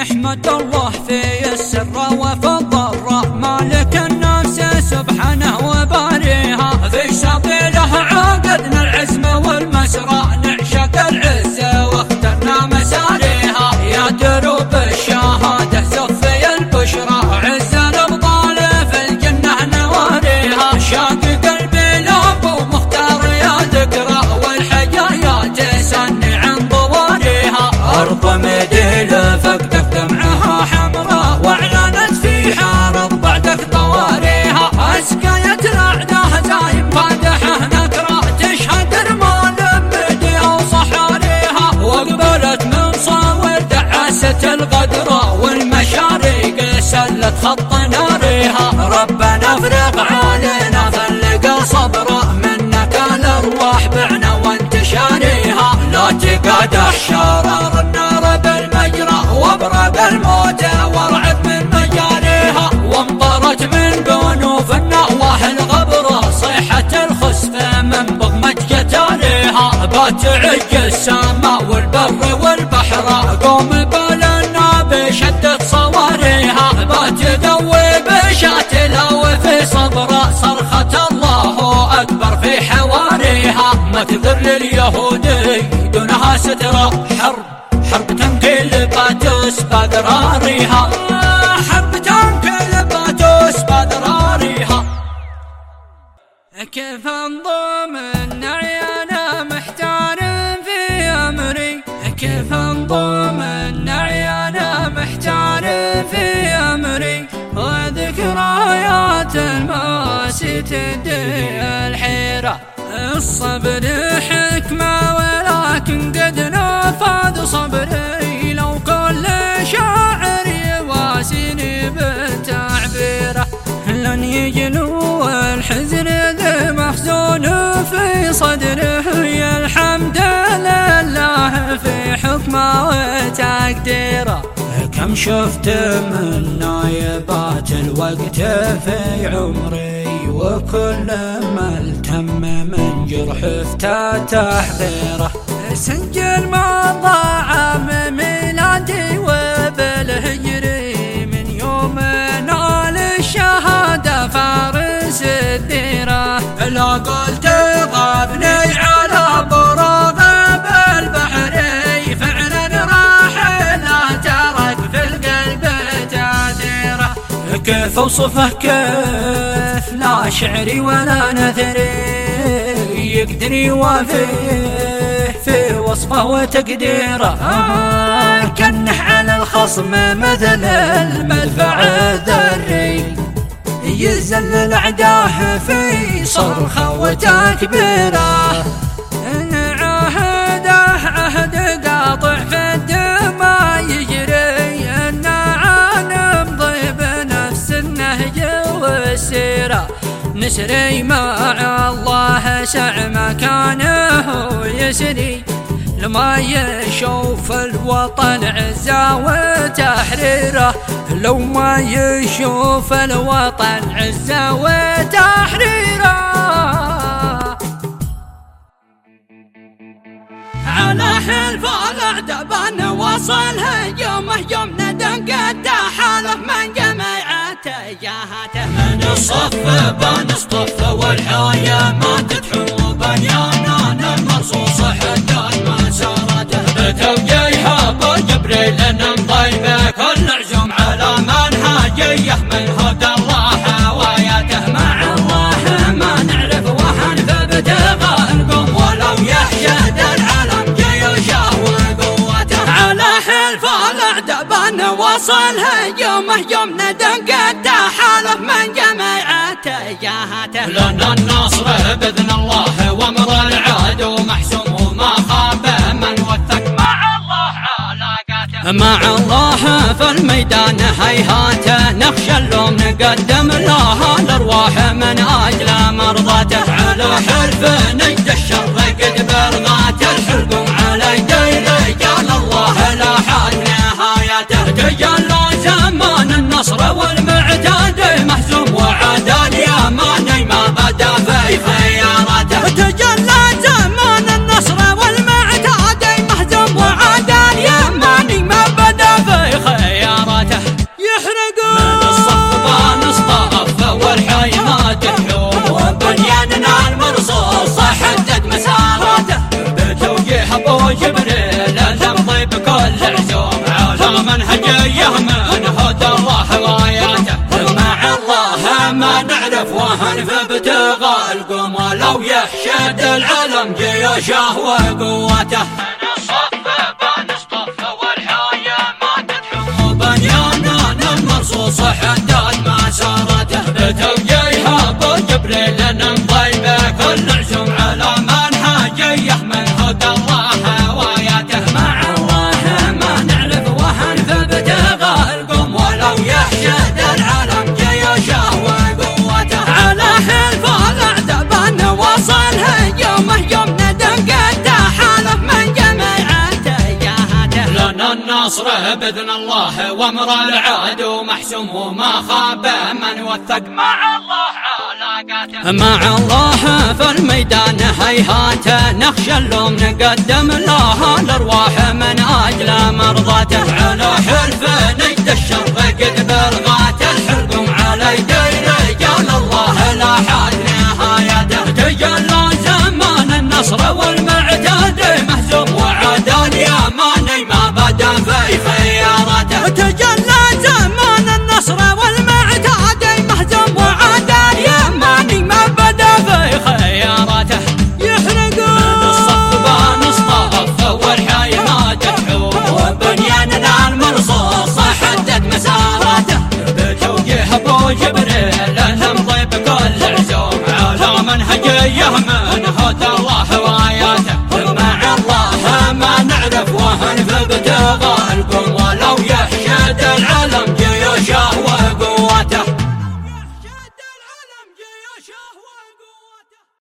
نحمد الله في السر وفي الضراء، مالك النفس سبحانه وباريها، في سبيله عقدنا العزم والمسرى، نعشق العزة واخترنا مساريها، يا دروب الشهادة زفي البشرى، عز الأبطال في الجنة نواريها، شاق قلبي لأبو مختار يا ذكرى، والحجايا تسني عن ضواريها، أرض مدينة فقدك دمعها حمراء، واعلنت في حارب بعدك طواريها، أسقيت الأعداء زايم فادحه نكرة، تشهد رمال بديها وصحاريها، وقبلت من صاور دعاسة القدرة، والمشاريق سلت خط ناريها، ربنا افرغ علينا فلق صبرا، منك الأرواح بعنا وانتشاريها، لا تقادح شرار النار بالمجرى، وابرق الموت وارعب من مجاريها، وامطرت من بنوف النواح الغبرة، صيحة الخسف من بغمة قتالها، بات عج السماء والبر والبحر، قوم بالنا بشدة صواريها، بات دوي بشاتلها وفي صبرة، صرخة الله أكبر في حواريها، ما تذر لليهودي دونها سترة، حرب تنقل باتوس بأذراريها، حرب تنقل باتوس بأذراريها، كيف انضم النعيانا محتار في أمري، كيف انضم النعيانا محتار في أمري، وذكريات المآسي تدي الحيرة، الصبر حكمة ولكن قد نفذ صبري، لو كل شاعر يواسيني بالتعبيره، لن يجلو الحزن ذي محزون في صدره، يا الحمد لله في حكمه وتقديره، كم شفت من نايبات الوقت في عمري، وكل ما التم من جرح افتتح غيره، سجل ما ضاع من ميلادي وبالهجري، من يوم نال الشهادة فارس الديرة، لا قلت غابني على براغ بالبحر، فعلا راح لا ترك في القلب تاثيره، كيف اوصفه كيف لا شعري ولا نثري يقدر يوافيه في وصفه وتقديره، كنح على الخصم مثل المدفع الذري، يذلل أعداه في صرخه وتكبيره، عهد قاطع في الدماء يجري، نمضي بنفس النهج والسيرة، نسري مع الله سع مكانه يسري، لما يشوف الوطن عزة وتحريره، لو ما يشوف الوطن عزة وتحريره، على حلف الأعداء بنوصلها يوم ندق حاله من جميع اتجاهاته، من الصف بنصطف والحياة ما تدحو بنيانا المرصوص حتى مسارته، بتوجيه ابو جبريل نمضي بكل عزم على منهجيه، من هدى الله حواياته، مع الله ما نعرف وهن فابتغاء القوم، ولو يحشد العالم جيوشه وقوته، على حلف الأعداء بنوصلها يوم ندق حاله من جميع اتجاهاته، لنا النصر بإذن الله وامر العدو محسوم، وما خاب من وثق مع الله علاقاته، مع الله في الميدان هيهاته، نخشى اللوم نقدم لها الأرواح من أجل مرضاته، على حلف نجد الشر قد برغاته، الحلقوم على يدي رجال الله لا حد نهايته، تجلى زمان النصر والمعتاد محزوم، وعاد اليماني ما بدا في خياراته، تجلى زمان النصر والمعتاد محزوم، وعاد اليماني ما بدا في خياراته. بكل عزوم على منهجيه من هدى الله غاياته. مع الله ما نعرف وهن في ابتغاء القوم ولو يحشد العلم جيوشه وقوته. حداد ما سارته بتوجيها ابو جبريل نمضي بكل عزم على منهجيه من هدى الله واياته. مع الله ما نعرف وهن في ابتغاء القوم ولو يحشد العالم جيوشه وقوته. على حلف الاعداء بنواصله يوم ندق حاله من جميع اتجاهاته. لنا النصر باذن الله وامر العدو محسوم وما خاب من وثق مع الله علاقاته. مع الله في الميدان هيهات نخشى اللوم نقدم له الارواح من اجل مرضاته. على حلف نجد الشر قد بلغات الحلقم على يدي رجال الله لا حد نهايته. تجلى زمان النصر والمعتاد مهزوم وعاد اليماني ما بدا في خياراته. تجلى زمان النصر والمعتاد مهزوم وعاد اليماني ما بدا في خياراته. يحرقون الصف بنصطف والحي ما تحوم وبنياننا المرصوص حدد مساراته. بتوجيه ابو جبريل نمضي بكل عزوم على منهجيه من هدى الله واياته. مع الله ما نعرف وهن في ابتغاء